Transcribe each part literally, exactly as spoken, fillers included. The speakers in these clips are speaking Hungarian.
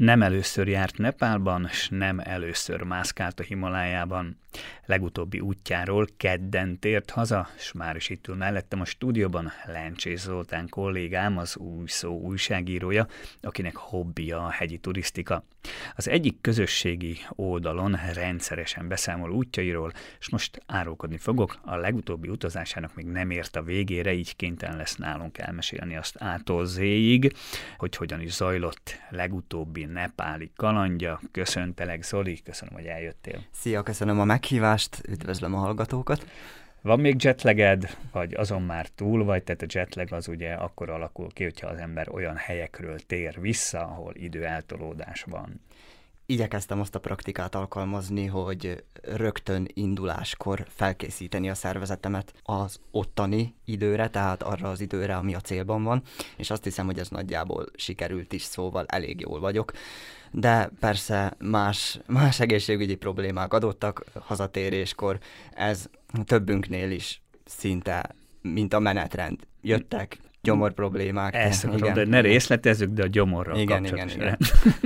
Nem először járt Nepálban, s nem először mászkált a Himalájában. Legutóbbi útjáról kedden tért haza, s már is itt ül mellettem a stúdióban Lencsés Zoltán kollégám, az Új Szó újságírója, akinek hobbija a hegyi turisztika. Az egyik közösségi oldalon rendszeresen beszámol útjairól, és most árulkodni fogok, a legutóbbi utazásának még nem ért a végére, így kénytelen lesz nálunk elmesélni azt A-tól Z-ig, hogy hogyan is zajlott legutóbbi nepáli kalandja. Köszöntelek, Zoli, köszönöm, hogy eljöttél. Szia, köszönöm a meghívást, üdvözlöm a hallgatókat. Van még jetleged, vagy azon már túl vagy? Tehát a jetlag az ugye akkor alakul ki, hogyha az ember olyan helyekről tér vissza, ahol időeltolódás van. Igyekeztem azt a praktikát alkalmazni, hogy rögtön induláskor felkészíteni a szervezetemet az ottani időre, tehát arra az időre, ami a célban van, és azt hiszem, hogy ez nagyjából sikerült is, szóval elég jól vagyok. De persze más, más egészségügyi problémák adottak hazatéréskor, ez többünknél is szinte, mint a menetrend. Jöttek gyomor problémák. Ezt akarom, de ne részletezzük, de a gyomorral igen, kapcsolatos. igen, igen.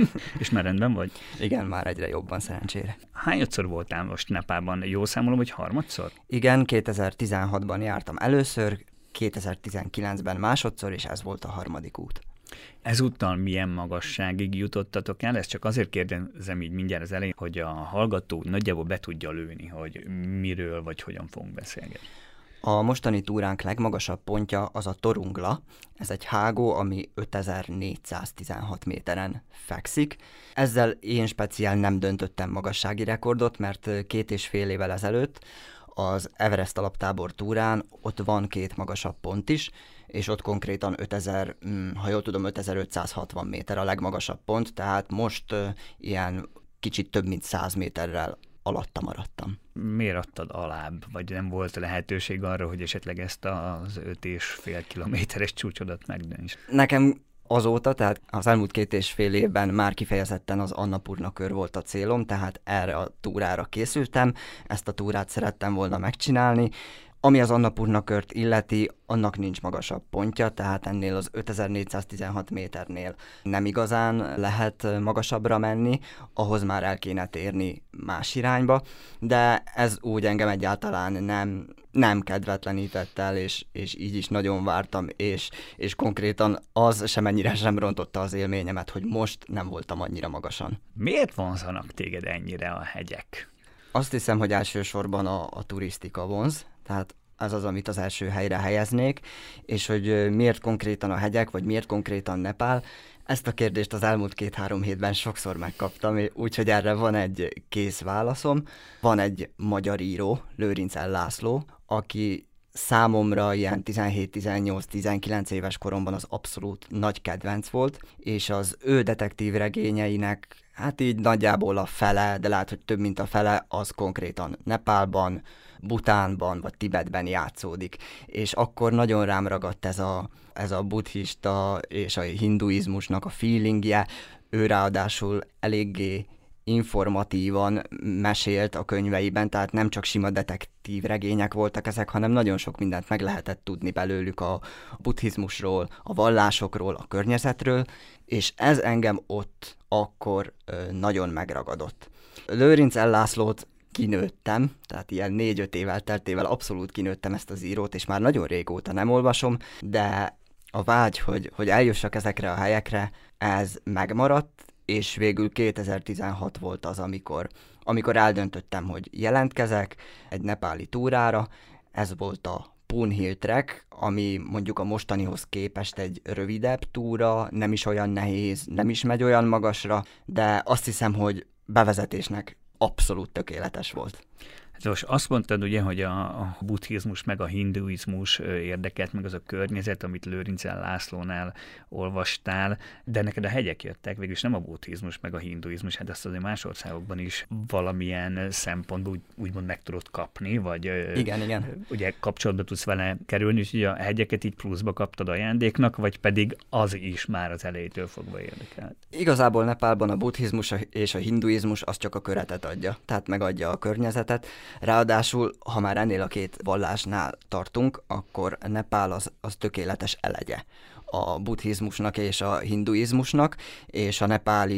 És már rendben vagy? Igen, már egyre jobban szerencsére. Hányadszor voltál most Nepálban? Jól számolom, hogy harmadszor? Igen, kétezer-tizenhatban jártam először, kétezer-tizenkilencben másodszor, és ez volt a harmadik út. Ezúttal milyen magasságig jutottatok el? Ezt csak azért kérdezem így mindjárt az elején, hogy a hallgató nagyjából be tudja lőni, hogy miről vagy hogyan fogunk beszélgetni. A mostani túránk legmagasabb pontja az a Torungla. Ez egy hágó, ami ötezer-négyszáztizenhat méteren fekszik. Ezzel én speciál nem döntöttem magassági rekordot, mert két és fél évvel ezelőtt az Everest alaptábor túrán ott van két magasabb pont is, és ott konkrétan ötezer, ha jól tudom, ötezer-ötszázhatvan méter a legmagasabb pont, tehát most uh, ilyen kicsit több mint száz méterrel alatta maradtam. Miért adtad alább? Vagy nem volt lehetőség arra, hogy esetleg ezt az öt és fél kilométeres csúcsodat megdönts? Nekem azóta, tehát az elmúlt két és fél évben már kifejezetten az Annapurna kör volt a célom, tehát erre a túrára készültem, ezt a túrát szerettem volna megcsinálni. Ami az Annapurna kört illeti, annak nincs magasabb pontja, tehát ennél az ötezer-négyszáztizenhat méternél nem igazán lehet magasabbra menni, ahhoz már el kéne térni más irányba, de ez úgy engem egyáltalán nem, nem kedvetlenített el, és, és így is nagyon vártam, és, és konkrétan az semennyire sem rontotta az élményemet, hogy most nem voltam annyira magasan. Miért vonzanak téged ennyire a hegyek? Azt hiszem, hogy elsősorban a, a turisztika vonz, tehát ez az, amit az első helyre helyeznék, és hogy miért konkrétan a hegyek, vagy miért konkrétan Nepál, ezt a kérdést az elmúlt két-három hétben sokszor megkaptam, úgyhogy erre van egy kész válaszom. Van egy magyar író, Lőrinc L. László, aki számomra ilyen tizenhét-tizennyolc-tizenkilenc éves koromban az abszolút nagy kedvenc volt, és az ő detektív regényeinek hát így nagyjából a fele, de lehet, hogy több mint a fele, az konkrétan Nepálban, Bhutánban vagy Tibetben játszódik. És akkor nagyon rám ragadt ez a, ez a buddhista és a hinduizmusnak a feelingje. Ő ráadásul eléggé informatívan mesélt a könyveiben, tehát nem csak sima detektív regények voltak ezek, hanem nagyon sok mindent meg lehetett tudni belőlük a buddhizmusról, a vallásokról, a környezetről, és ez engem ott akkor ö, nagyon megragadott. Lőrinc L. Lászlót kinőttem, tehát ilyen négy-öt évvel teltével abszolút kinőttem ezt az írót, és már nagyon régóta nem olvasom, de a vágy, hogy, hogy eljussak ezekre a helyekre, ez megmaradt, és végül kétezer-tizenhat volt az, amikor, amikor eldöntöttem, hogy jelentkezek egy nepáli túrára. Ez volt a Poon Hill Trek, ami mondjuk a mostanihoz képest egy rövidebb túra, nem is olyan nehéz, nem is megy olyan magasra, de azt hiszem, hogy bevezetésnek abszolút tökéletes volt. Most azt mondtad ugye, hogy a, a buddhizmus meg a hinduizmus érdekelt, meg az a környezet, amit Lőrinc L. Lászlónál olvastál, de neked a hegyek jöttek, végülis nem a buddhizmus meg a hinduizmus, hát azt azért más országokban is valamilyen szempontból úgy, úgymond meg tudod kapni, vagy igen, igen. ugye kapcsolatba tudsz vele kerülni, és ugye a hegyeket így pluszba kaptad ajándéknak, vagy pedig az is már az elejétől fogva érdekelt? Igazából Nepálban a buddhizmus és a hinduizmus az csak a köretet adja, tehát megadja a környezetet. Ráadásul, ha már ennél a két vallásnál tartunk, akkor Nepál az, az tökéletes elegye a buddhizmusnak és a hinduizmusnak, és a nepáli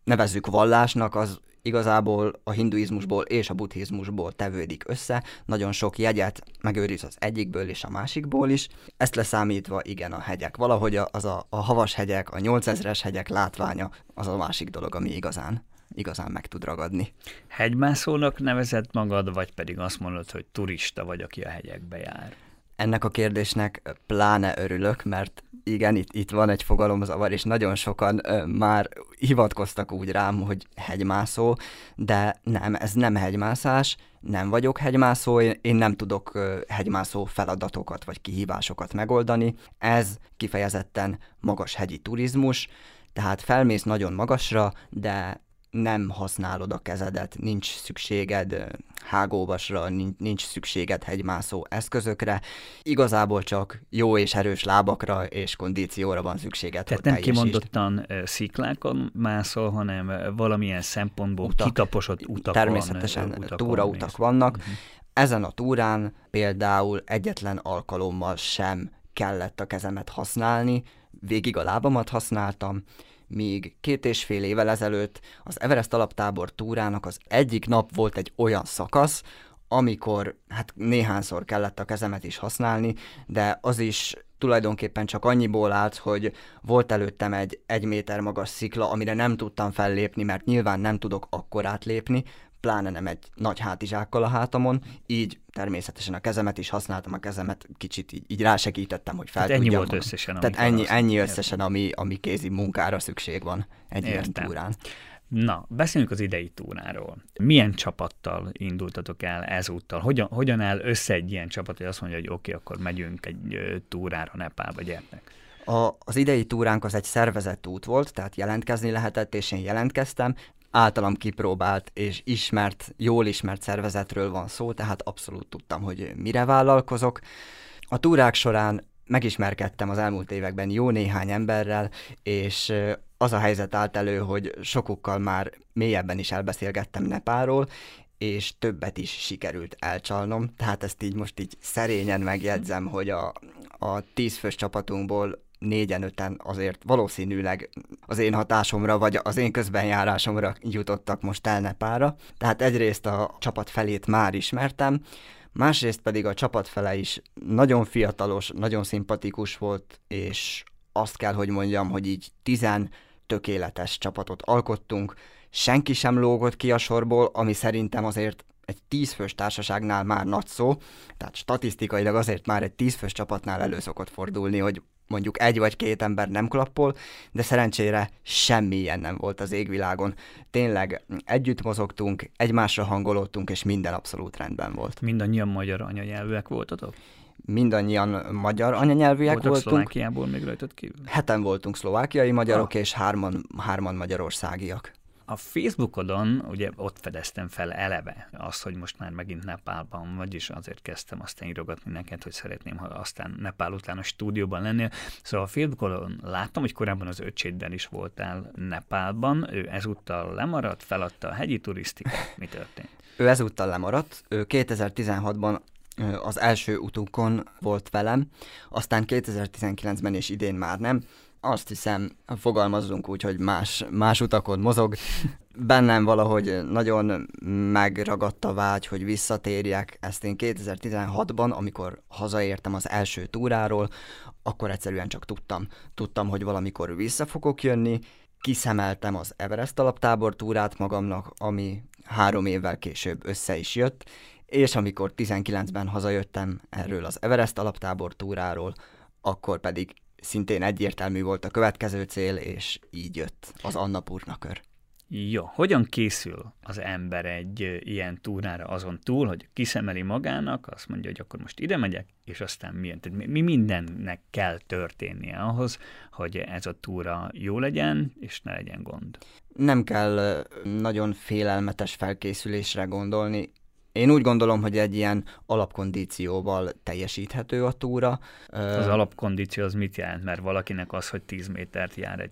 nevezzük vallásnak, az igazából a hinduizmusból és a buddhizmusból tevődik össze, nagyon sok jegyet megőriz az egyikből és a másikból is. Ezt leszámítva, igen, a hegyek. Valahogy az a, a havas hegyek, a nyolcezres hegyek látványa az a másik dolog, ami igazán, igazán meg tud ragadni. Hegymászónak nevezed magad, vagy pedig azt mondod, hogy turista vagy, aki a hegyekbe jár? Ennek a kérdésnek pláne örülök, mert igen, itt, itt van egy fogalomzavar, és nagyon sokan ö, már hivatkoztak úgy rám, hogy hegymászó, de nem, ez nem hegymászás, nem vagyok hegymászó, én nem tudok ö, hegymászó feladatokat vagy kihívásokat megoldani. Ez kifejezetten magas hegyi turizmus, tehát felmész nagyon magasra, de nem használod a kezedet, nincs szükséged hágóvasra, nincs szükséged hegymászó eszközökre, igazából csak jó és erős lábakra és kondícióra van szükséged, tehát hogy nem kimondottan sziklákon mászol, hanem valamilyen szempontból utak, kitaposott utakon. Természetesen utakon túrautak mész. Vannak. Uh-huh. Ezen a túrán például egyetlen alkalommal sem kellett a kezemet használni, végig a lábamat használtam, míg két és fél évvel ezelőtt az Everest alaptábor túrának az egyik nap volt egy olyan szakasz, amikor hát néhányszor kellett a kezemet is használni, de az is tulajdonképpen csak annyiból állt, hogy volt előttem egy egy méter magas szikla, amire nem tudtam fellépni, mert nyilván nem tudok akkor átlépni, pláne nem egy nagy hátizsákkal a hátamon, így természetesen a kezemet is használtam, a kezemet kicsit így, így rásegítettem, hogy fel Tehát ennyi tudjam. volt összesen. Tehát ennyi, ennyi összesen, ami, ami kézi munkára szükség van egy Értem. Ilyen túrán. Na, beszéljünk az idei túráról. Milyen csapattal indultatok el ezúttal? Hogyan, hogyan áll össze egy ilyen csapat, hogy azt mondja, hogy oké, okay, akkor megyünk egy túrára Nepálba, gyertek? A, az idei túránk az egy szervezett út volt, tehát jelentkezni lehetett, és én jelentkeztem. Általam kipróbált és ismert, jól ismert szervezetről van szó, tehát abszolút tudtam, hogy mire vállalkozok. A túrák során megismerkedtem az elmúlt években jó néhány emberrel, és az a helyzet állt elő, hogy sokukkal már mélyebben is elbeszélgettem Nepálról, és többet is sikerült elcsalnom. Tehát ezt így most így szerényen megjegyzem, hogy a, a tízfős csapatunkból négyen, öten azért valószínűleg az én hatásomra, vagy az én közbenjárásomra jutottak most el Nepálra. Tehát egyrészt a csapat felét már ismertem, másrészt pedig a csapat fele is nagyon fiatalos, nagyon szimpatikus volt, és azt kell, hogy mondjam, hogy így tizen tökéletes csapatot alkottunk, senki sem lógott ki a sorból, ami szerintem azért egy tízfős társaságnál már nagy szó, tehát statisztikailag azért már egy tízfős csapatnál elő szokott fordulni, hogy mondjuk egy vagy két ember nem klappol, de szerencsére semmi ilyen nem volt az égvilágon. Tényleg együtt mozogtunk, egymásra hangolódtunk, és minden abszolút rendben volt. Mindannyian magyar anyanyelvűek voltatok? Mindannyian magyar anyanyelvűek voltak voltunk. Szlovákiából még rajtad kívül? Heten voltunk szlovákiai magyarok, ah. és hárman, hárman magyarországiak. A Facebookodon ugye ott fedeztem fel eleve azt, hogy most már megint Nepálban vagy, és azért kezdtem aztán írogatni neked, hogy szeretném, ha aztán Nepál után a stúdióban lennél. Szóval a Facebookodon láttam, hogy korábban az öcséddel is voltál Nepálban, ő ezúttal lemaradt, feladta a hegyi turisztikát. Mi történt? Ő ezúttal lemaradt, ő kétezer-tizenhatban az első utunkon volt velem, aztán kétezer-tizenkilencben és idén már nem. Azt hiszem, fogalmazzunk úgy, hogy más, más utakon mozog. Bennem valahogy nagyon megragadt a vágy, hogy visszatérjek. Ezt én kétezer-tizenhatban, amikor hazaértem az első túráról, akkor egyszerűen csak tudtam. Tudtam, hogy valamikor vissza fogok jönni. Kiszemeltem az Everest alaptábor túrát magamnak, ami három évvel később össze is jött, és amikor tizenkilencben hazajöttem erről az Everest alaptábor túráról, akkor pedig szintén egyértelmű volt a következő cél, és így jött az Annapurna kör. Jó, hogyan készül az ember egy ilyen túrára azon túl, hogy kiszemeli magának, azt mondja, hogy akkor most ide megyek, és aztán milyen, tehát mi mindennek kell történnie ahhoz, hogy ez a túra jó legyen, és ne legyen gond? Nem kell nagyon félelmetes felkészülésre gondolni. Én úgy gondolom, hogy egy ilyen alapkondícióval teljesíthető a túra. Az alapkondíció az mit jelent? Mert valakinek az, hogy tíz métert jár egy nap.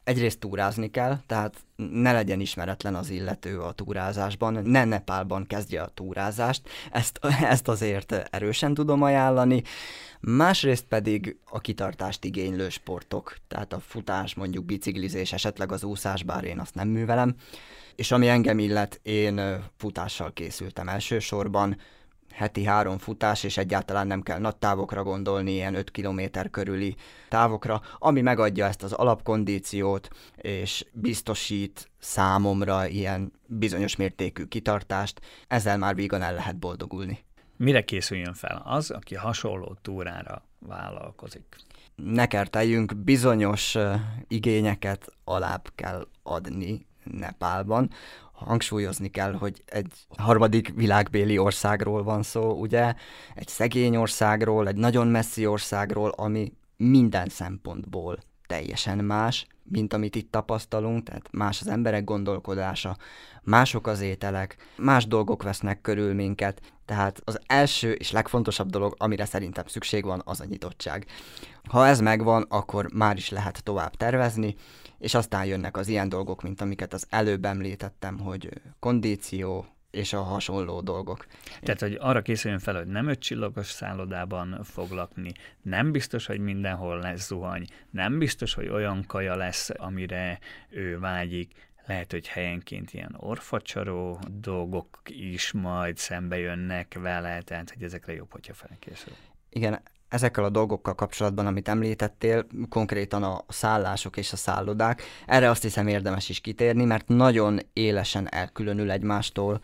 egyrészt túrázni kell, tehát ne legyen ismeretlen az illető a túrázásban, ne Nepálban kezdje a túrázást, ezt, ezt azért erősen tudom ajánlani. Másrészt pedig a kitartást igénylő sportok, tehát a futás, mondjuk biciklizés, esetleg az úszás, bár én azt nem művelem. És ami engem illet, én futással készültem elsősorban, heti három futás, és egyáltalán nem kell nagy távokra gondolni, ilyen öt kilométer körüli távokra, ami megadja ezt az alapkondíciót, és biztosít számomra ilyen bizonyos mértékű kitartást, ezzel már vígan el lehet boldogulni. Mire készüljön fel az, aki hasonló túrára vállalkozik? Ne kerteljünk, bizonyos uh, igényeket alább kell adni Nepálban. Hangsúlyozni kell, hogy egy harmadik világbéli országról van szó, ugye? Egy szegény országról, egy nagyon messzi országról, ami minden szempontból teljesen más, mint amit itt tapasztalunk, tehát más az emberek gondolkodása, mások az ételek, más dolgok vesznek körül minket, tehát az első és legfontosabb dolog, amire szerintem szükség van, az a nyitottság. Ha ez megvan, akkor már is lehet tovább tervezni, és aztán jönnek az ilyen dolgok, mint amiket az előbb említettem, hogy kondíció és a hasonló dolgok. Tehát, hogy arra készüljön fel, hogy nem ötcsillagos szállodában fog lakni, nem biztos, hogy mindenhol lesz zuhany, nem biztos, hogy olyan kaja lesz, amire ő vágyik, lehet, hogy helyenként ilyen orfacsaró dolgok is majd szembe jönnek vele, tehát, hogy ezekre jobb, hogyha felkészül. Igen, ezekkel a dolgokkal kapcsolatban, amit említettél, konkrétan a szállások és a szállodák, erre azt hiszem érdemes is kitérni, mert nagyon élesen elkülönül egymástól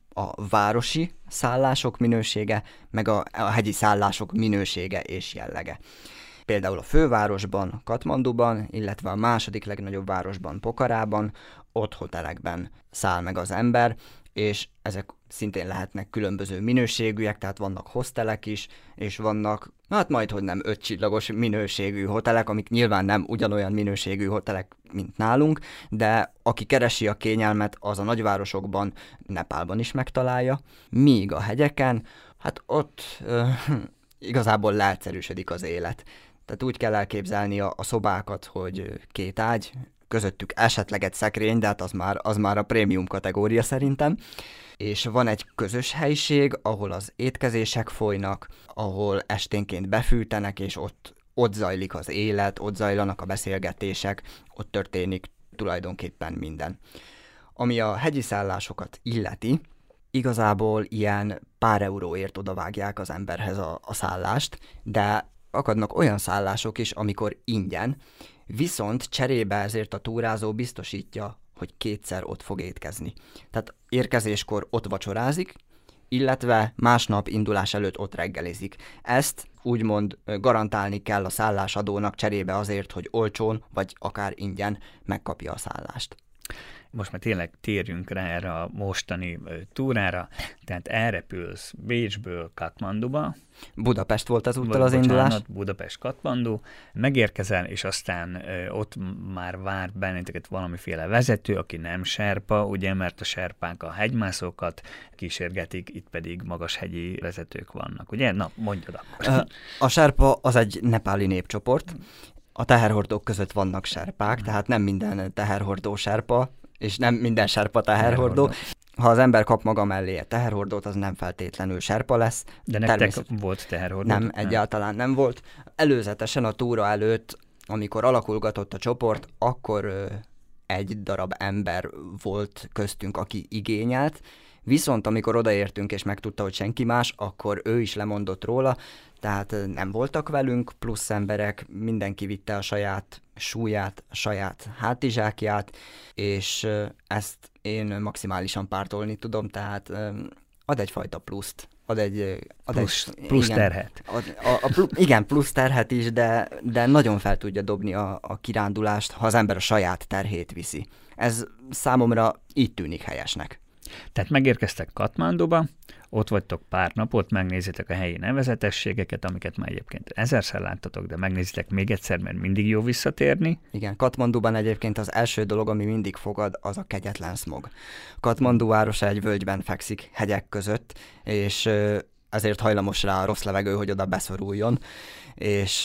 a városi szállások minősége, meg a, a hegyi szállások minősége és jellege. Például a fővárosban, Katmanduban, illetve a második legnagyobb városban, Pokarában, ott hotelekben száll meg az ember, és ezek szintén lehetnek különböző minőségűek, tehát vannak hostelek is, és vannak, hát majdhogy nem ötcsillagos minőségű hotelek, amik nyilván nem ugyanolyan minőségű hotelek, mint nálunk, de aki keresi a kényelmet, az a nagyvárosokban, Nepálban is megtalálja, míg a hegyeken, hát ott ö, igazából leegyszerűsödik az élet. Tehát úgy kell elképzelni a, a szobákat, hogy két ágy, közöttük esetleg egy szekrény, de hát az már, az már a prémium kategória szerintem. És van egy közös helység, ahol az étkezések folynak, ahol esténként befűtenek, és ott, ott zajlik az élet, ott zajlanak a beszélgetések, ott történik tulajdonképpen minden. Ami a hegyi szállásokat illeti, igazából ilyen pár euróért odavágják az emberhez a, a szállást, de akadnak olyan szállások is, amikor ingyen, viszont cserébe ezért a túrázó biztosítja, hogy kétszer ott fog étkezni. Tehát érkezéskor ott vacsorázik, illetve másnap indulás előtt ott reggelizik. Ezt úgymond garantálni kell a szállásadónak cserébe azért, hogy olcsón, vagy akár ingyen megkapja a szállást. Most már tényleg térjünk rá erre a mostani túrára, tehát elrepülsz Bécsből Katmanduba. Budapest volt az úttal Bo- az indulás. Bocsánat, Budapest, Katmandu. Megérkezel, és aztán ö, ott már vár benneteket valamiféle vezető, aki nem serpa, ugye, mert a serpák a hegymászókat kísérgetik, itt pedig magashegyi vezetők vannak, ugye? Na, mondjad akkor. A serpa az egy nepáli népcsoport. A teherhordók között vannak serpák, tehát nem minden teherhordó serpa, és nem minden serpa teherhordó. Ha az ember kap maga mellé egy teherhordót, az nem feltétlenül serpa lesz. De nektek Természet... volt teherhordó? Nem, nem, egyáltalán nem volt. Előzetesen a túra előtt, amikor alakulgatott a csoport, akkor ö, egy darab ember volt köztünk, aki igényelt, viszont amikor odaértünk és megtudta, hogy senki más, akkor ő is lemondott róla, tehát nem voltak velünk plusz emberek, mindenki vitte a saját súlyát, a saját hátizsákját, és ezt én maximálisan pártolni tudom, tehát ad egyfajta pluszt. Ad egy, ad plusz, egy, plusz igen, terhet. Ad, a, a, a, igen, plusz terhet is, de, de nagyon fel tudja dobni a, a kirándulást, ha az ember a saját terhét viszi. Ez számomra így tűnik helyesnek. Tehát megérkeztek Katmanduba, ott vagytok pár napot, megnézitek a helyi nevezetességeket, amiket már egyébként ezerszer láttatok, de megnézitek még egyszer, mert mindig jó visszatérni. Igen, Katmanduban egyébként az első dolog, ami mindig fogad, az a kegyetlen szmog. Katmandu városa egy völgyben fekszik, hegyek között, és ezért hajlamos rá a rossz levegő, hogy oda beszoruljon, és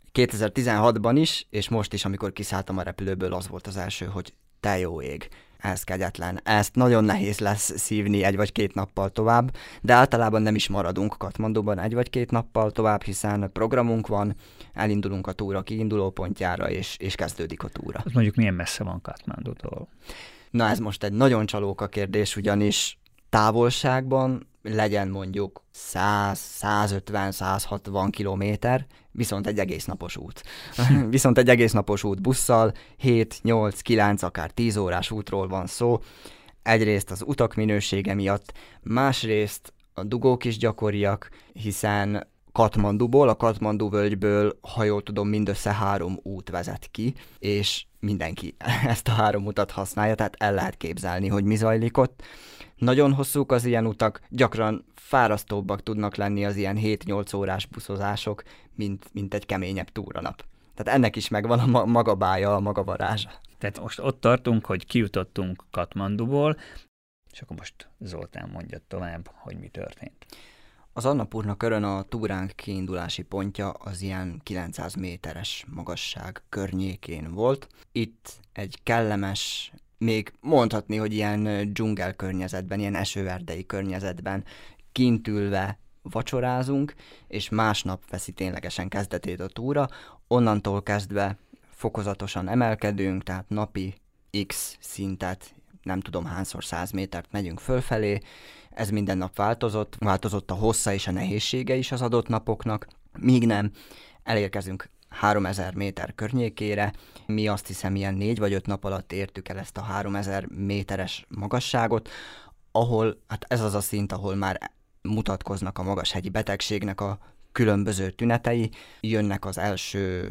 kétezer-tizenhatban is, és most is, amikor kiszálltam a repülőből, az volt az első, hogy te jó ég, ez kegyetlen. Ezt nagyon nehéz lesz szívni egy vagy két nappal tovább, de általában nem is maradunk Katmanduban egy vagy két nappal tovább, hiszen programunk van, elindulunk a túra kiinduló pontjára, és, és kezdődik a túra. Az mondjuk milyen messze van Katmandutól? Na ez most egy nagyon csalóka kérdés, ugyanis távolságban legyen mondjuk száz, százötven, százhatvan kilométer, viszont egy egész napos út. Viszont egy egész napos út busszal, hét, nyolc, kilenc, akár tíz órás útról van szó. Egyrészt az utak minősége miatt, másrészt a dugók is gyakoriak, hiszen Katmanduból, a Katmandu völgyből, ha jól tudom, mindössze három út vezet ki, és mindenki ezt a három utat használja, tehát el lehet képzelni, hogy mi zajlik ott. Nagyon hosszúk az ilyen utak, gyakran fárasztóbbak tudnak lenni az ilyen hét-nyolc órás buszozások, mint, mint egy keményebb túranap. Tehát ennek is megvan a ma- maga bája, a maga varázsa. Tehát most ott tartunk, hogy kijutottunk Katmanduból, és akkor most Zoltán mondja tovább, hogy mi történt. Az Annapurna körön a túránk kiindulási pontja az ilyen kilencszáz méteres magasság környékén volt. Itt egy kellemes, még mondhatni, hogy ilyen dzsungel környezetben, ilyen esőerdei környezetben kint ülve vacsorázunk, és másnap veszi ténylegesen kezdetét a túra. Onnantól kezdve fokozatosan emelkedünk, tehát napi X szintet, nem tudom hányszor száz métert megyünk fölfelé. Ez minden nap változott, változott a hossza és a nehézsége is az adott napoknak, míg nem elérkezünk háromezer méter környékére. Mi azt hiszem ilyen négy vagy öt nap alatt értük el ezt a háromezer méteres magasságot, ahol, hát ez az a szint, ahol már mutatkoznak a magashegyi betegségnek a különböző tünetei, jönnek az első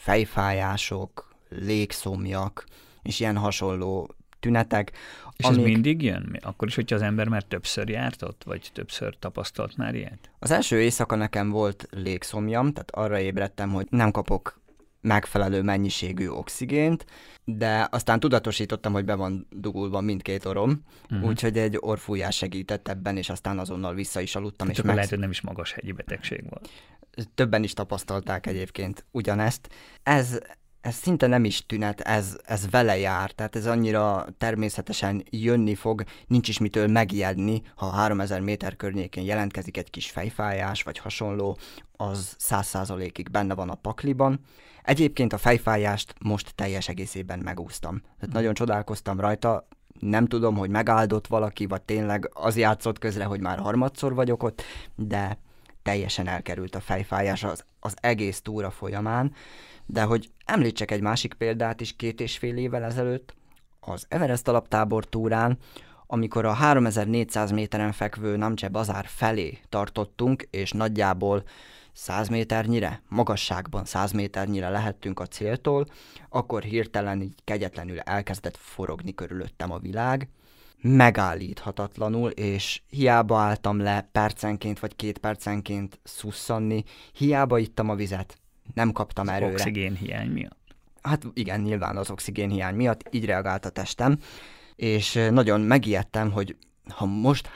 fejfájások, légszomjak, és ilyen hasonló tünetek. És amik... ez mindig jön? Akkor is, hogyha az ember már többször járt ott, vagy többször tapasztalt már ilyet? Az első éjszaka nekem volt légszomjam, tehát arra ébredtem, hogy nem kapok megfelelő mennyiségű oxigént, de aztán tudatosítottam, hogy be van dugulva mindkét orom, uh-huh. úgyhogy egy orrfújás segített ebben, és aztán azonnal vissza is aludtam. És és meg... lehet, hogy nem is magashegyi betegség volt. Többen is tapasztalták egyébként ugyanezt. Ez... Ez szinte nem is tünet, ez, ez vele jár, tehát ez annyira természetesen jönni fog, nincs is mitől megijedni, ha háromezer méter környékén jelentkezik egy kis fejfájás vagy hasonló, az száz százalékig benne van a pakliban. Egyébként a fejfájást most teljes egészében megúsztam. Tehát nagyon csodálkoztam rajta, nem tudom, hogy megáldott valaki, vagy tényleg az játszott közre, hogy már harmadszor vagyok ott, de teljesen elkerült a fejfájás az, az egész túra folyamán. De hogy említsek egy másik példát is, két és fél évvel ezelőtt, az Everest alaptábor túrán, amikor a háromezer-négyszáz méteren fekvő Namche Bazár felé tartottunk, és nagyjából száz méternyire, magasságban száz méternyire lehettünk a céltól, akkor hirtelen így kegyetlenül elkezdett forogni körülöttem a világ, megállíthatatlanul, és hiába álltam le percenként vagy két percenként szusszanni, hiába ittam a vizet, nem kaptam az erőre. Oxigénhiány miatt? Hát igen, nyilván az oxigénhiány miatt így reagált a testem, és nagyon megijedtem, hogy ha most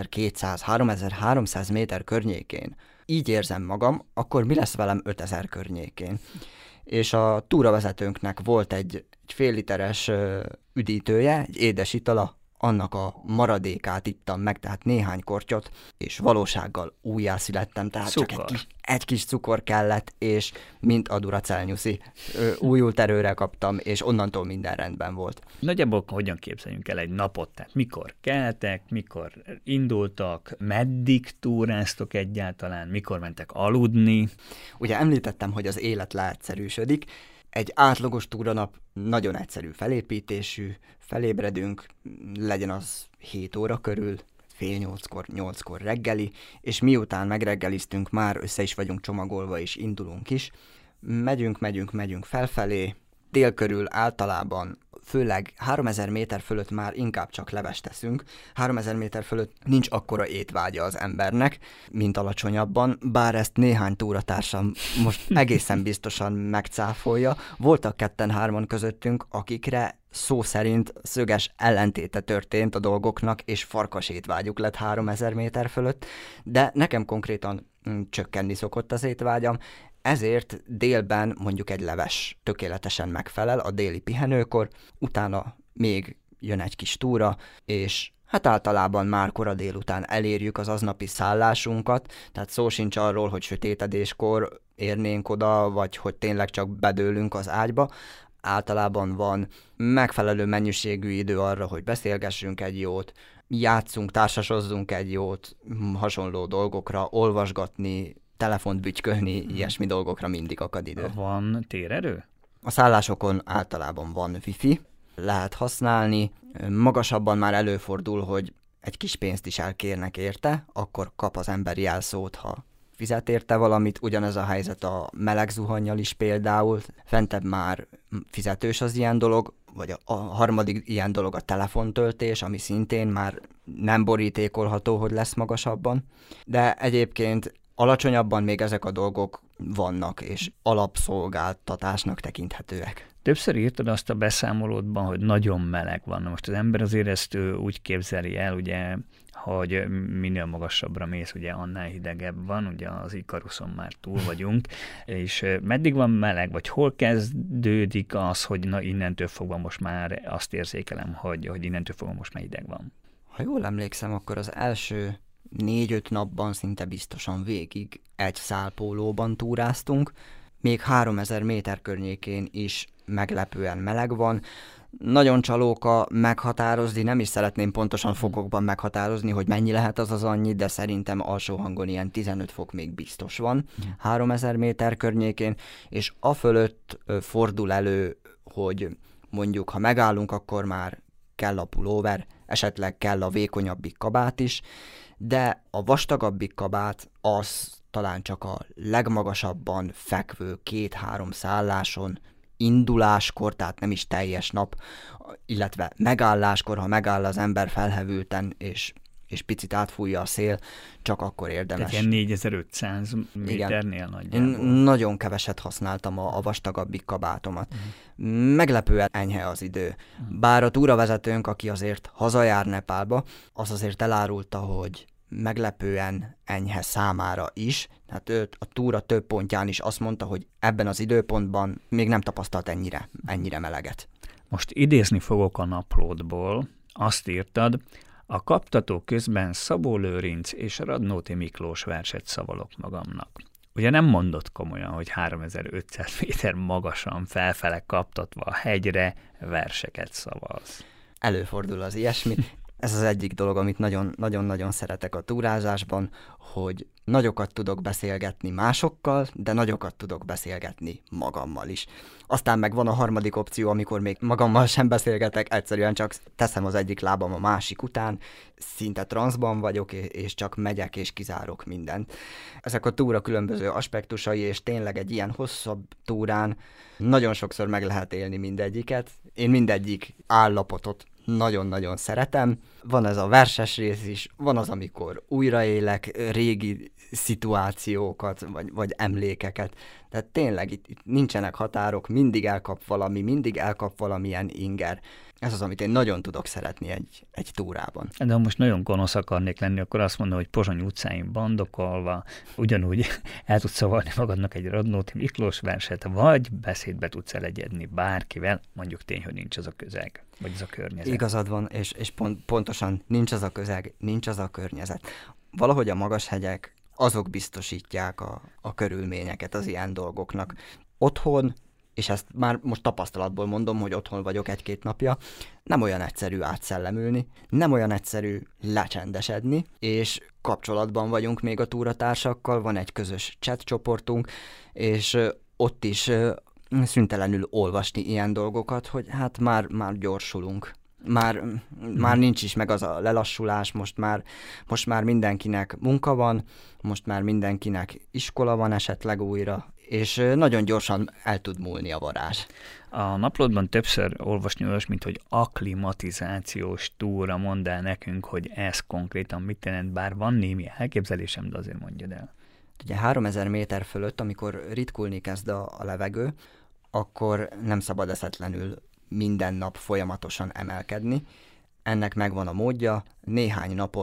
háromezer-kétszáz-háromezer-háromszáz méter környékén így érzem magam, akkor mi lesz velem ötezer környékén? És a túravezetőnknek volt egy, egy fél literes üdítője, egy édes itala, annak a maradékát ittam meg, tehát néhány kortyot, és valósággal újjászülettem, tehát Cukor. csak egy kis, egy kis cukor kellett, és mint a Duracell-nyuszi, újult erőre kaptam, és onnantól minden rendben volt. Nagyjából hogyan képzeljünk el egy napot? Tehát mikor keltek, mikor indultak, meddig túráztok egyáltalán, mikor mentek aludni? Ugye említettem, hogy az élet leegyszerűsödik. Egy átlagos túranap nagyon egyszerű felépítésű, felébredünk, legyen az hét óra körül, fél nyolckor, nyolckor reggeli, és miután megreggeliztünk, már össze is vagyunk csomagolva, és indulunk is. Megyünk, megyünk, megyünk felfelé, dél körül általában, főleg háromezer méter fölött már inkább csak levest teszünk. háromezer méter fölött nincs akkora étvágya az embernek, mint alacsonyabban, bár ezt néhány túratársam most egészen biztosan megcáfolja. Voltak ketten-hárman közöttünk, akikre szó szerint szöges ellentéte történt a dolgoknak, és farkas étvágyuk lett háromezer méter fölött, de nekem konkrétan mm, csökkenni szokott az étvágyam. ezért délben mondjuk egy leves tökéletesen megfelel a déli pihenőkor, utána még jön egy kis túra, és hát általában már kora délután elérjük az aznapi szállásunkat, tehát szó sincs arról, hogy sötétedéskor érnénk oda, vagy hogy tényleg csak bedőlünk az ágyba. Általában van megfelelő mennyiségű idő arra, hogy beszélgessünk egy jót, játszunk, társasozzunk egy jót, hasonló dolgokra, olvasgatni, telefont bütykölni, hmm. ilyesmi dolgokra mindig akad idő. Van térerő? A szállásokon általában van wifi, lehet használni, magasabban már előfordul, hogy egy kis pénzt is elkérnek érte, akkor kap az ember jelszót, ha fizet érte valamit, ugyanez a helyzet a meleg zuhannyal is például, fentebb már fizetős az ilyen dolog, vagy a, a harmadik ilyen dolog a telefontöltés, ami szintén már nem borítékolható, hogy lesz magasabban, de egyébként alacsonyabban még ezek a dolgok vannak, és alapszolgáltatásnak tekinthetőek. Többször írtad azt a beszámolódban, hogy nagyon meleg van. Most az ember azért ezt úgy képzeli el, ugye, hogy minél magasabbra mész, ugye annál hidegebb van, ugye az Ikaruszon már túl vagyunk, és meddig van meleg, vagy hol kezdődik az, hogy na innentől fogva most már azt érzékelem, hogy, hogy innentől fogva most már hideg van? Ha jól emlékszem, akkor az első négy-öt napban szinte biztosan végig egy szálpólóban túráztunk, még háromezer méter környékén is meglepően meleg van. Nagyon csalóka meghatározni, nem is szeretném pontosan fokokban meghatározni, hogy mennyi lehet az az annyi, de szerintem alsó hangon ilyen tizenöt fok még biztos van háromezer méter környékén, és afölött fordul elő, hogy mondjuk ha megállunk, akkor már kell a pulóver, esetleg kell a vékonyabbik kabát is, de a vastagabbik kabát az talán csak a legmagasabban fekvő két-három szálláson, induláskor, tehát nem is teljes nap, illetve megálláskor, ha megáll az ember felhevülten, és, és picit átfújja a szél, csak akkor érdemes. Tehát ilyen négyezer-ötszáz méternél nagyjából. Én nagyon keveset használtam a, a vastagabbik kabátomat. Uh-huh. Meglepően enyhe az idő. Uh-huh. Bár a túravezetőnk, aki azért hazajár Nepálba, az azért elárulta, hogy meglepően enyhe számára is, tehát ő a túra több pontján is azt mondta, hogy ebben az időpontban még nem tapasztalt ennyire, ennyire meleget. Most idézni fogok a naplódból, azt írtad, a kaptató közben Szabó Lőrinc és Radnóti Miklós verset szavalok magamnak. Ugye nem mondott komolyan, hogy háromezer-ötszáz méter magasan felfele kaptatva a hegyre verseket szavalsz. Előfordul az ilyesmi. Ez az egyik dolog, amit nagyon-nagyon szeretek a túrázásban, hogy nagyokat tudok beszélgetni másokkal, de nagyokat tudok beszélgetni magammal is. Aztán meg van a harmadik opció, amikor még magammal sem beszélgetek, egyszerűen csak teszem az egyik lábam a másik után, szinte transzban vagyok, és csak megyek és kizárok mindent. Ezek a túra különböző aspektusai, és tényleg egy ilyen hosszabb túrán nagyon sokszor meg lehet élni mindegyiket. Én mindegyik állapotot nagyon-nagyon szeretem. Van ez a verses rész is, van az, amikor újraélek régi szituációkat, vagy, vagy emlékeket. Tehát tényleg itt, itt nincsenek határok, mindig elkap valami, mindig elkap valamilyen inger. Ez az, amit én nagyon tudok szeretni egy, egy túrában. De ha most nagyon gonosz akarnék lenni, akkor azt mondom, hogy Pozsony utcáin bandokolva ugyanúgy el tudsz szavalni magadnak egy Radnóti Miklós verset, vagy beszédbe tudsz elegyedni bárkivel, mondjuk tény, hogy nincs az a közeg, vagy az a környezet. Igazad van, és, és pont, pontosan nincs az a közeg, nincs az a környezet. Valahogy a magashegyek azok biztosítják a, a körülményeket az ilyen dolgoknak. Otthon, és ezt már most tapasztalatból mondom, hogy otthon vagyok egy-két napja, nem olyan egyszerű átszellemülni, nem olyan egyszerű lecsendesedni, és kapcsolatban vagyunk még a túratársakkal, van egy közös chat csoportunk, és ott is szüntelenül olvasni ilyen dolgokat, hogy hát már, már gyorsulunk. Már, mm. már nincs is meg az a lelassulás, most már, most már mindenkinek munka van, most már mindenkinek iskola van esetleg újra, és nagyon gyorsan el tud múlni a varázs. A naplódban többször olvasni olyasmit, hogy akklimatizációs túra, mondd el nekünk, hogy ez konkrétan mit jelent, bár van némi elképzelésem, de azért mondjad el. Ugye háromezer méter fölött, amikor ritkulni kezd a, a levegő, akkor nem szabad eszetlenül minden nap folyamatosan emelkedni. Ennek megvan a módja, néhány napot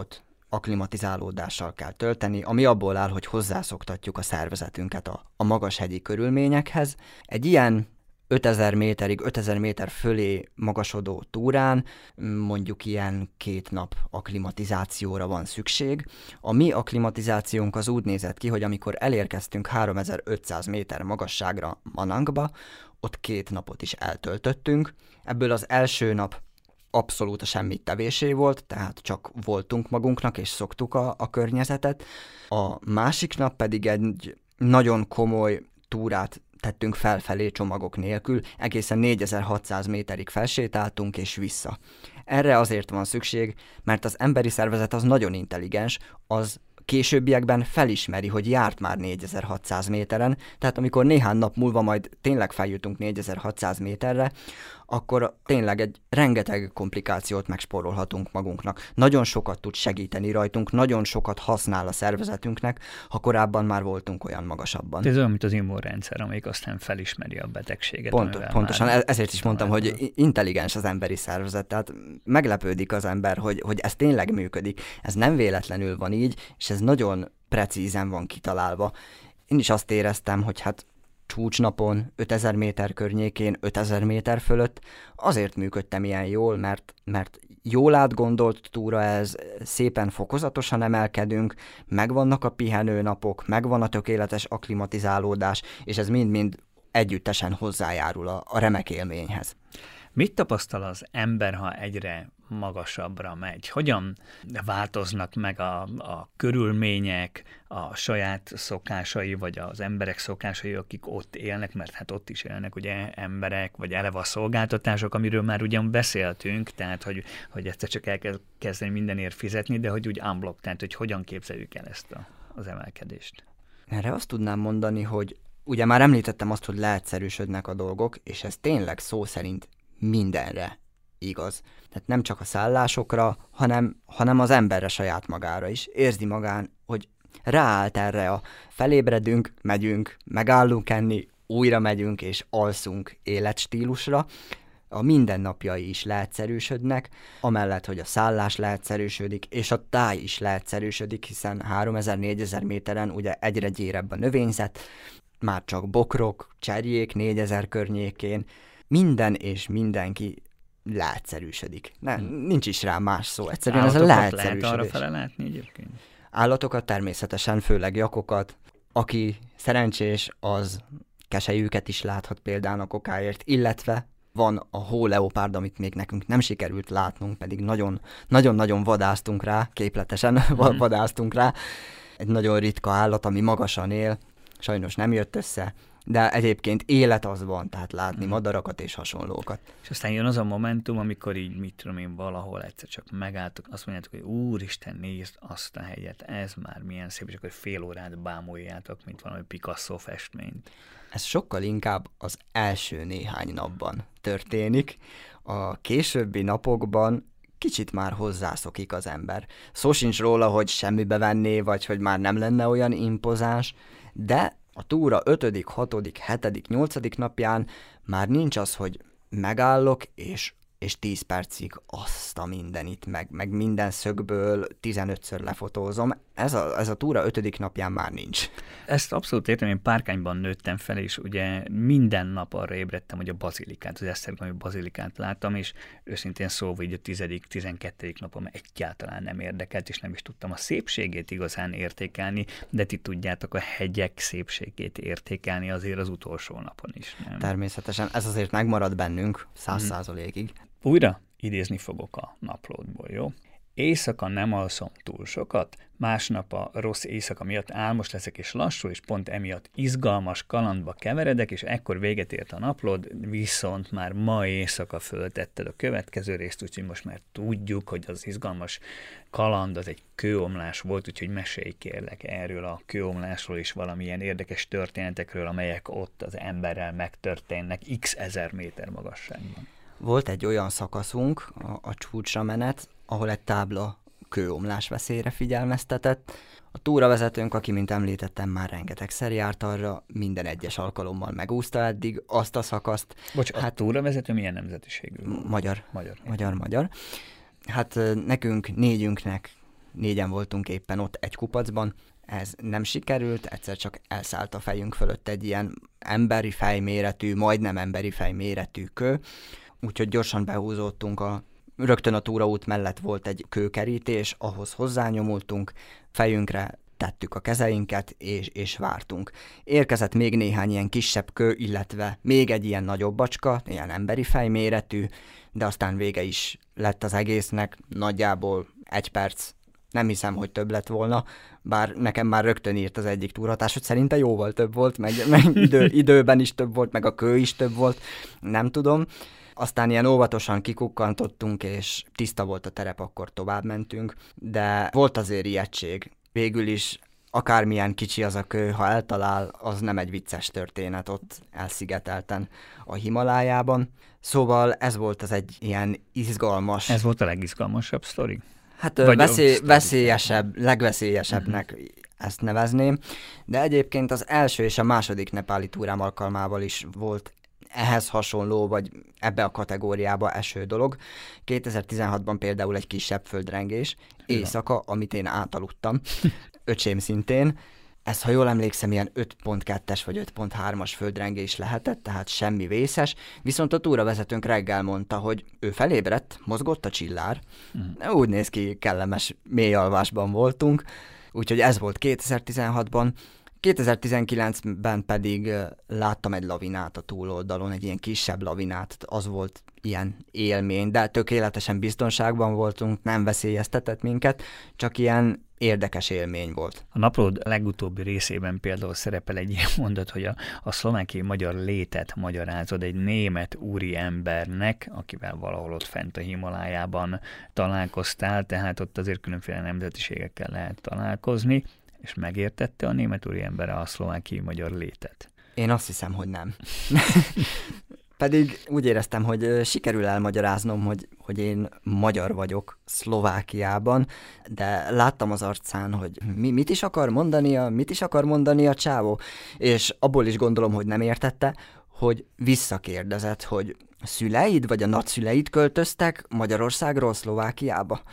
akklimatizálódással kell tölteni, ami abból áll, hogy hozzászoktatjuk a szervezetünket a, a magashegyi körülményekhez. Egy ilyen ötezer méterig, ötezer méter fölé magasodó túrán mondjuk ilyen két nap akklimatizációra van szükség. A mi akklimatizációnk az úgy nézett ki, hogy amikor elérkeztünk háromezer-ötszáz méter magasságra Manangba, ott két napot is eltöltöttünk. Ebből az első nap abszolút a semmit tevésé volt, tehát csak voltunk magunknak, és szoktuk a, a környezetet. A másik nap pedig egy nagyon komoly túrát tettünk felfelé csomagok nélkül, egészen négyezer-hatszáz méterig felsétáltunk és vissza. Erre azért van szükség, mert az emberi szervezet az nagyon intelligens, az későbbiekben felismeri, hogy járt már négyezer-hatszáz méteren, tehát amikor néhány nap múlva majd tényleg feljutunk négyezer-hatszáz méterre, akkor tényleg egy rengeteg komplikációt megspórolhatunk magunknak. Nagyon sokat tud segíteni rajtunk, nagyon sokat használ a szervezetünknek, ha korábban már voltunk olyan magasabban. Ez olyan, mint az immunrendszer, amelyik aztán felismeri a betegséget. Pont, pontosan, már ezért is mondtam, hogy intelligens az emberi szervezet, tehát meglepődik az ember, hogy, hogy ez tényleg működik. Ez nem véletlenül van így, és ez nagyon precízen van kitalálva. Én is azt éreztem, hogy hát csúcsnapon, ötezer méter környékén, ötezer méter fölött azért működtem ilyen jól, mert, mert jól átgondolt túra ez, szépen fokozatosan emelkedünk, megvannak a pihenőnapok, megvan a tökéletes akklimatizálódás, és ez mind-mind együttesen hozzájárul a, a remek élményhez. Mit tapasztal az ember, ha egyre magasabbra megy? Hogyan változnak meg a, a körülmények, a saját szokásai, vagy az emberek szokásai, akik ott élnek, mert hát ott is élnek ugye emberek, vagy eleve a szolgáltatások, amiről már ugyan beszéltünk, tehát hogy, hogy ezt csak el kell kezdeni mindenért fizetni, de hogy úgy unblock, tehát hogy hogyan képzeljük el ezt a, az emelkedést? Erre azt tudnám mondani, hogy ugye már említettem azt, hogy leegyszerűsödnek a dolgok, és ez tényleg szó szerint mindenre igaz. Tehát nem csak a szállásokra, hanem, hanem az emberre saját magára is. Érzi magán, hogy ráállt erre a felébredünk, megyünk, megállunk enni, újra megyünk és alszunk életstílusra. A mindennapjai is leegyszerűsödnek, amellett, hogy a szállás leegyszerűsödik, és a táj is leegyszerűsödik, hiszen háromezer-négyezer méteren ugye egyre gyérebb a növényzet, már csak bokrok, cserjék négyezer környékén, minden és mindenki leegyszerűsödik. Ne, nincs is rá más szó, egyszerűen ez a leegyszerűsödés. Lehet arra fele látni egyébként? Állatokat természetesen, főleg jakokat. Aki szerencsés, az keselyűket is láthat például a kokáért, illetve van a hóleopárd, amit még nekünk nem sikerült látnunk, pedig nagyon, nagyon-nagyon vadáztunk rá, képletesen mm. vadáztunk rá. Egy nagyon ritka állat, ami magasan él, sajnos nem jött össze, de egyébként élet az van, tehát látni mm. madarakat és hasonlókat. És aztán jön az a momentum, amikor így, mit tudom én, valahol egyszer csak megálltok, azt mondjátok, hogy úristen, nézd azt a helyet, ez már milyen szép, és akkor fél órát bámuljátok, mint valami Picasso festményt. Ez sokkal inkább az első néhány napban történik. A későbbi napokban kicsit már hozzászokik az ember. Szó sincs róla, hogy semmibe venné, vagy hogy már nem lenne olyan impozáns, de a túra ötödik, hatodik, hetedik, nyolcadik napján már nincs az, hogy megállok, és, és tíz percig azt a mindenit, meg, meg minden szögből tizenötször lefotózom. Ez a, ez a túra ötödik napján már nincs. Ezt abszolút értem, én Párkányban nőttem fel, és ugye minden nap arra ébredtem, hogy a bazilikát, az esztergomi bazilikát láttam, és őszintén szólva így a tizedik, tizenkettedik napom egyáltalán nem érdekelt, és nem is tudtam a szépségét igazán értékelni, de ti tudjátok a hegyek szépségét értékelni azért az utolsó napon is. Nem? Természetesen, ez azért megmarad bennünk száz százalékig. Újra idézni fogok a naplódból, jó? Éjszaka nem alszom túl sokat, másnap a rossz éjszaka miatt álmos leszek és lassú, és pont emiatt izgalmas kalandba keveredek, és ekkor véget ért a naplód, viszont már ma éjszaka föltetted a következő részt, úgyhogy most már tudjuk, hogy az izgalmas kaland az egy kőomlás volt, úgyhogy mesélj kérlek erről a kőomlásról és valamilyen érdekes történetekről, amelyek ott az emberrel megtörténnek x ezer méter magasságban. Volt egy olyan szakaszunk, a, a csúcsra menet, ahol egy tábla kőomlás veszélyre figyelmeztetett. A túravezetőnk, aki, mint említettem, már rengetegszer járt arra, minden egyes alkalommal megúszta eddig azt a szakaszt. Bocs, hát, a túravezető milyen nemzetiségű? Magyar. Magyar. Magyar, magyar. Hát nekünk négyünknek négyen voltunk éppen ott egy kupacban, ez nem sikerült, egyszer csak elszállt a fejünk fölött egy ilyen emberi fejméretű, majdnem emberi fejméretű kő, úgyhogy gyorsan behúzódtunk, a, rögtön a túraút mellett volt egy kőkerítés, ahhoz hozzányomultunk, fejünkre tettük a kezeinket, és, és vártunk. Érkezett még néhány ilyen kisebb kő, illetve még egy ilyen nagyobb bacska, ilyen emberi fejméretű, de aztán vége is lett az egésznek, nagyjából egy perc, nem hiszem, hogy több lett volna, bár nekem már rögtön írt az egyik túratás, hogy szerinte jóval több volt, meg, meg idő, időben is több volt, meg a kő is több volt, nem tudom. Aztán ilyen óvatosan kikukkantottunk, és tiszta volt a terep, akkor tovább mentünk, de volt azért ijegység. Végül is akármilyen kicsi az a kő, ha eltalál, az nem egy vicces történet ott elszigetelten a Himalájában. Szóval ez volt az egy ilyen izgalmas... Ez volt a legizgalmasabb sztori? Hát veszély, veszélyesebb, legveszélyesebbnek uh-huh. ezt nevezném, de egyébként az első és a második nepáli túrám alkalmával is volt ehhez hasonló, vagy ebbe a kategóriába eső dolog. kétezer-tizenhatban például egy kisebb földrengés, éjszaka, amit én átaludtam, öcsém szintén. Ez, ha jól emlékszem, ilyen öt pont kettes vagy öt pont hármas földrengés lehetett, tehát semmi vészes, viszont a túravezetőnk reggel mondta, hogy ő felébredt, mozgott a csillár, uh-huh. úgy néz ki, kellemes mély alvásban voltunk, úgyhogy ez volt kétezer-tizenhatban. kétezer-tizenkilencben pedig láttam egy lavinát a túloldalon, egy ilyen kisebb lavinát, az volt ilyen élmény, de tökéletesen biztonságban voltunk, nem veszélyeztetett minket, csak ilyen érdekes élmény volt. A naplód legutóbbi részében például szerepel egy ilyen mondat, hogy a, a szlovákiai magyar létet magyarázod egy német úri embernek, akivel valahol ott fent a Himalájában találkoztál, tehát ott azért különféle nemzetiségekkel lehet találkozni, és megértette a német úri ember a szlovákiai magyar létet? Én azt hiszem, hogy nem. Pedig úgy éreztem, hogy sikerül elmagyaráznom, hogy, hogy én magyar vagyok Szlovákiában, de láttam az arcán, hogy mi, mit is akar mondania, mit is akar mondani a csávó, és abból is gondolom, hogy nem értette, hogy visszakérdezett, hogy szüleid vagy a nagyszüleid költöztek Magyarországról Szlovákiába?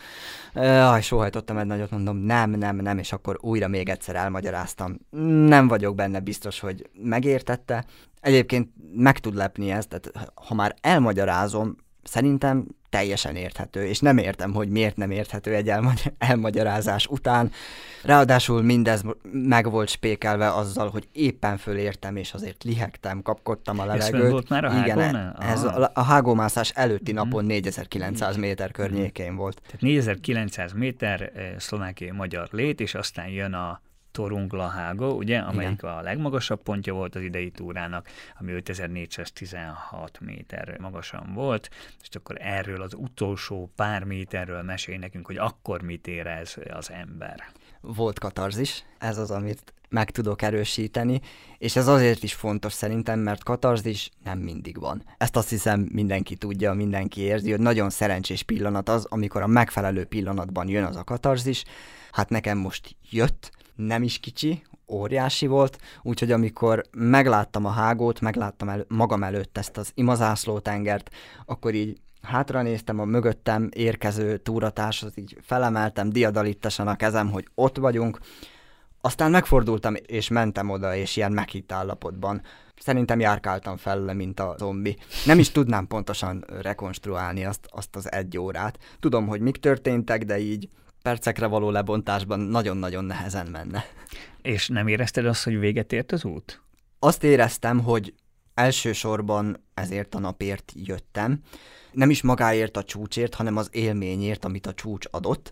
Aj, sóhajtottam egy nagyot, mondom, nem, nem, nem, és akkor újra még egyszer elmagyaráztam. Nem vagyok benne biztos, hogy megértette. Egyébként meg tud lepni ezt, tehát ha már elmagyarázom, szerintem teljesen érthető, és nem értem, hogy miért nem érthető egy elmagy- elmagyarázás után. Ráadásul mindez meg volt spékelve azzal, hogy éppen fölértem, és azért lihegtem, kapkodtam a levegőt. Ez volt már a hágónál? Igen, ez a, a hágómászás előtti uh-huh. napon négyezer-kilencszáz méter környékén volt. Tehát négyezer-kilencszáz méter szlovákiai magyar lét, és aztán jön a Torunglahágó, ugye, amelyik igen. a legmagasabb pontja volt az idei túrának, ami ötezer-négyszáztizenhat méter magasan volt, és akkor erről az utolsó pár méterről mesélj nekünk, hogy akkor mit érez az ember. Volt katarzis, ez az, amit meg tudok erősíteni, és ez azért is fontos szerintem, mert katarzis nem mindig van. Ezt azt hiszem mindenki tudja, mindenki érzi, hogy nagyon szerencsés pillanat az, amikor a megfelelő pillanatban jön az a katarzis. Hát nekem most jött, nem is kicsi, óriási volt, úgyhogy amikor megláttam a hágót, megláttam elő, magam előtt ezt az imazászlótengert, akkor így hátra néztem a mögöttem érkező túratárshoz, így felemeltem diadalittasan a kezem, hogy ott vagyunk, aztán megfordultam és mentem oda, és ilyen meghitt állapotban. Szerintem járkáltam felőle, mint a zombi. Nem is tudnám pontosan rekonstruálni azt, azt az egy órát. Tudom, hogy mik történtek, de így percekre való lebontásban nagyon-nagyon nehezen menne. És nem érezted azt, hogy véget ért az út? Azt éreztem, hogy elsősorban ezért a napért jöttem. Nem is magáért a csúcsért, hanem az élményért, amit a csúcs adott,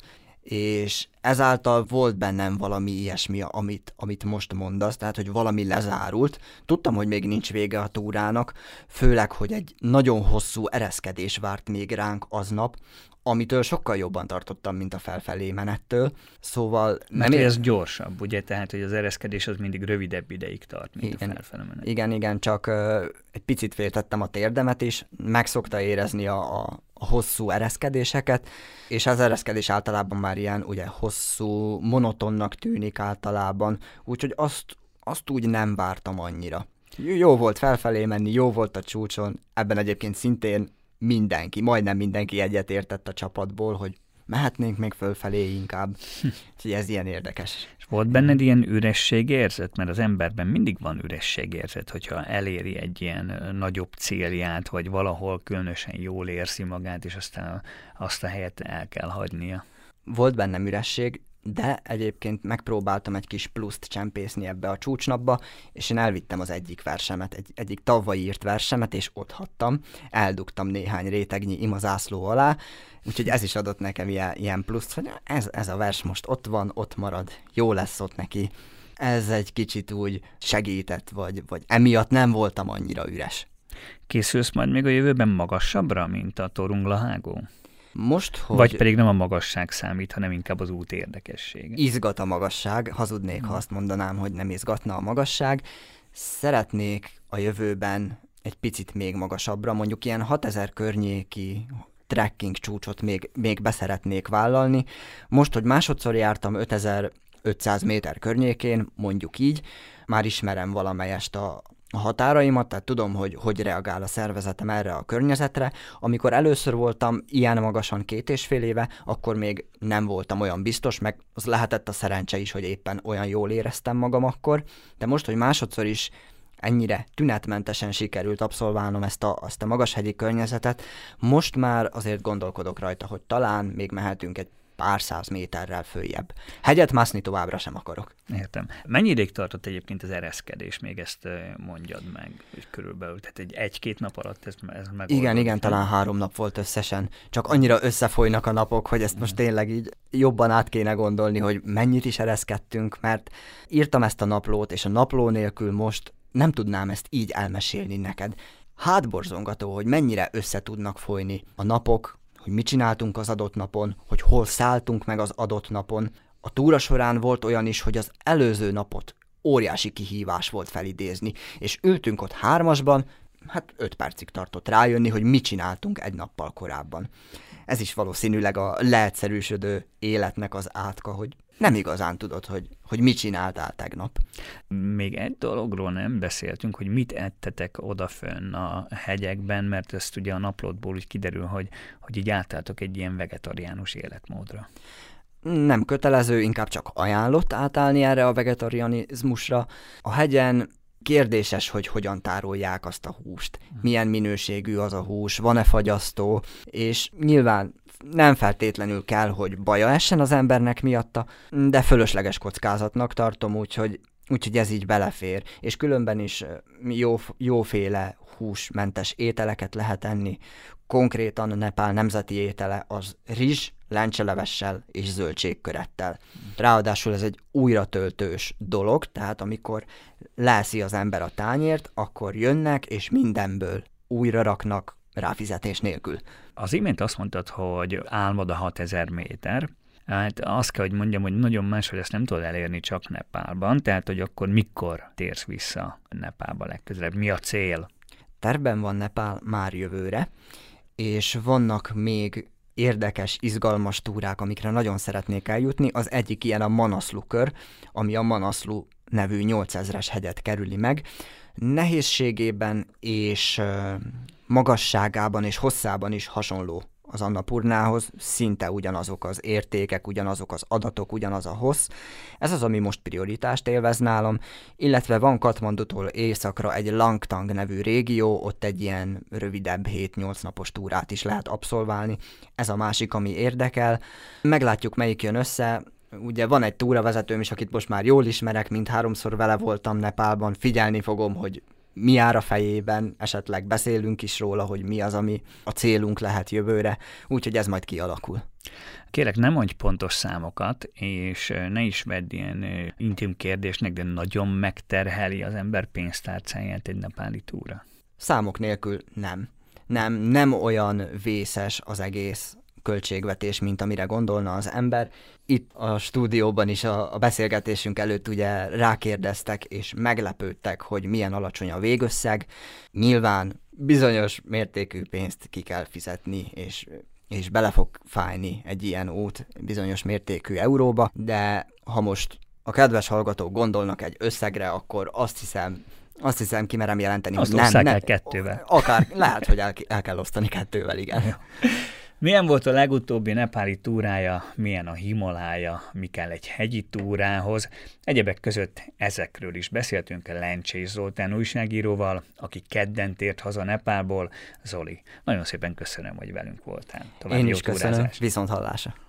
és ezáltal volt bennem valami ilyesmi, amit, amit most mondasz, tehát, hogy valami lezárult. Tudtam, hogy még nincs vége a túrának, főleg, hogy egy nagyon hosszú ereszkedés várt még ránk aznap, amitől sokkal jobban tartottam, mint a felfelé menettől, szóval... Mert nem ér... ez gyorsabb, ugye? Tehát, hogy az ereszkedés az mindig rövidebb ideig tart, mint igen, a felfelé menet. Igen, igen, csak uh, egy picit féltettem a térdemet is, meg szokta érezni a, a, a hosszú ereszkedéseket, és az ereszkedés általában már ilyen, ugye, hosszú, monotonnak tűnik általában, úgyhogy azt, azt úgy nem vártam annyira. Jó volt felfelé menni, jó volt a csúcson, ebben egyébként szintén mindenki, majdnem mindenki egyetértett a csapatból, hogy mehetnénk még fölfelé inkább. Úgyhogy ez ilyen érdekes. És volt benned ilyen ürességérzet? Mert az emberben mindig van ürességérzet, hogyha eléri egy ilyen nagyobb célját, vagy valahol különösen jól érzi magát, és aztán azt a helyet el kell hagynia. Volt bennem üresség, de egyébként megpróbáltam egy kis pluszt csempészni ebbe a csúcsnapba, és én elvittem az egyik versemet, egy, egyik tavalyi írt versemet, és ott hagytam, eldugtam néhány rétegnyi imazászló alá, úgyhogy ez is adott nekem ilyen, ilyen pluszt, hogy ez, ez a vers most ott van, ott marad, jó lesz ott neki. Ez egy kicsit úgy segített, vagy, vagy emiatt nem voltam annyira üres. Készülsz majd még a jövőben magasabbra, mint a Torunglahágó? Most, hogy... Vagy pedig nem a magasság számít, hanem inkább az út érdekessége. Izgat a magasság, hazudnék, ha azt mondanám, hogy nem izgatna a magasság. Szeretnék a jövőben egy picit még magasabbra, mondjuk ilyen hatezer környéki trekking csúcsot még, még beszeretnék vállalni. Most, hogy másodszor jártam ötezer-ötszáz méter környékén, mondjuk így, már ismerem valamelyest a a határaimat, tehát tudom, hogy hogy reagál a szervezetem erre a környezetre. Amikor először voltam ilyen magasan két és fél éve, akkor még nem voltam olyan biztos, meg az lehetett a szerencse is, hogy éppen olyan jól éreztem magam akkor, de most, hogy másodszor is ennyire tünetmentesen sikerült abszolválnom ezt a, azt a magashegyi környezetet, most már azért gondolkodok rajta, hogy talán még mehetünk egy pár száz méterrel följebb. Hegyet mászni továbbra sem akarok. Értem. Mennyi ideig tartott egyébként az ereszkedés? Még ezt mondjad meg, hogy körülbelül. Tehát egy egy-két nap alatt ez, ez megoldott. Igen, igen, talán három nap volt összesen. Csak annyira összefolynak a napok, hogy ezt most tényleg így jobban át kéne gondolni, hogy mennyit is ereszkedtünk, mert írtam ezt a naplót, és a napló nélkül most nem tudnám ezt így elmesélni neked. Hátborzongató, hogy mennyire össze tudnak folyni a napok, hogy mit csináltunk az adott napon, hogy hol szálltunk meg az adott napon. A túra során volt olyan is, hogy az előző napot óriási kihívás volt felidézni, és ültünk ott hármasban, hát öt percig tartott rájönni, hogy mit csináltunk egy nappal korábban. Ez is valószínűleg a leegyszerűsödő életnek az átka, hogy nem igazán tudod, hogy, hogy mit csináltál tegnap. Még egy dologról nem beszéltünk, hogy mit ettetek odafönn a hegyekben, mert ezt ugye a naplódból úgy kiderül, hogy, hogy így átálltok egy ilyen vegetariánus életmódra. Nem kötelező, inkább csak ajánlott átállni erre a vegetarianizmusra. A hegyen kérdéses, hogy hogyan tárolják azt a húst, milyen minőségű az a hús, van-e fagyasztó, és nyilván nem feltétlenül kell, hogy baja essen az embernek miatta, de fölösleges kockázatnak tartom, úgyhogy, úgyhogy ez így belefér. És különben is jó, jóféle húsmentes ételeket lehet enni. Konkrétan a Nepál nemzeti étele az rizs, lencselevessel és zöldségkörettel. Ráadásul ez egy újratöltős dolog, tehát amikor leeszi az ember a tányért, akkor jönnek és mindenből újra raknak ráfizetés nélkül. Az imént azt mondtad, hogy álmod a hatezer méter. Hát azt kell, hogy mondjam, hogy nagyon más, hogy ezt nem tudod elérni csak Nepálban, tehát hogy akkor mikor térsz vissza Nepálba legközelebb? Mi a cél? Tervben van Nepál már jövőre, és vannak még érdekes, izgalmas túrák, amikre nagyon szeretnék eljutni. Az egyik ilyen a Manaslu kör, ami a Manaslu nevű nyolcezres hegyet kerüli meg. Nehézségében és magasságában és hosszában is hasonló az Annapurnához, szinte ugyanazok az értékek, ugyanazok az adatok, ugyanaz a hossz. Ez az, ami most prioritást élvez nálam, illetve van Katmandutól északra egy Langtang nevű régió, ott egy ilyen rövidebb hét-nyolc napos túrát is lehet abszolválni. Ez a másik, ami érdekel. Meglátjuk, melyik jön össze. Ugye van egy túravezetőm is, akit most már jól ismerek, mint háromszor vele voltam Nepálban, figyelni fogom, hogy mi jár a fejében, esetleg beszélünk is róla, hogy mi az, ami a célunk lehet jövőre, úgyhogy ez majd kialakul. Kérlek, ne mondj pontos számokat, és ne is vedd ilyen intim kérdésnek, de nagyon megterheli az ember pénztárcáját egy nepáli túra. Számok nélkül nem. Nem, nem olyan vészes az egész költségvetés, mint amire gondolna az ember. Itt a stúdióban is a, a beszélgetésünk előtt ugye rákérdeztek, és meglepődtek, hogy milyen alacsony a végösszeg. Nyilván bizonyos mértékű pénzt ki kell fizetni, és, és bele fog fájni egy ilyen út bizonyos mértékű euróba, de ha most a kedves hallgatók gondolnak egy összegre, akkor azt hiszem, Azt hiszem, ki merem jelenteni, azt hogy nem. nem nem el kettővel. Akár, lehet, hogy el, el kell osztani kettővel, igen. Milyen volt a legutóbbi nepáli túrája, milyen a Himalája, mi kell egy hegyi túrához? Egyebek között ezekről is beszéltünk Lencsés Zoltán újságíróval, aki kedden tért haza Nepálból. Zoli, nagyon szépen köszönöm, hogy velünk voltál. További Én is köszönöm, viszont hallásra.